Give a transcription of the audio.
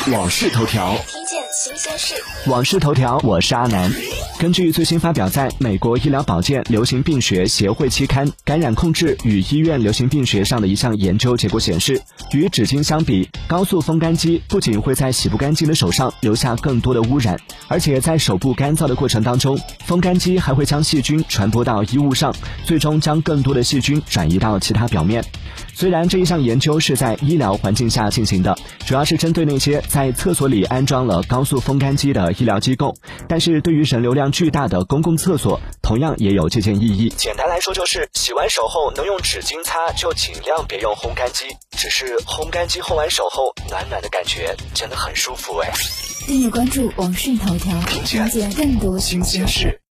网视头条， 听见新鲜事。 网视头条，我是阿南。根据最新发表在美国医疗保健流行病学协会期刊《感染控制与医院流行病学》上的一项研究结果显示，与纸巾相比，高速风干机不仅会在洗不干净的手上留下更多的污染，而且在手部干燥的过程当中，风干机还会将细菌传播到衣物上，最终将更多的细菌转移到其他表面。虽然这一项研究是在医疗环境下进行的，主要是针对那些在厕所里安装了高速风干机的医疗机构，但是对于人流量巨大的公共厕所，同样也有借鉴意义。简单来说就是洗完手后能用纸巾擦，就尽量别用烘干机。只是烘干机烘完手后，暖暖的感觉真的很舒服哎。 订阅关注网讯头条，了解更多新鲜事。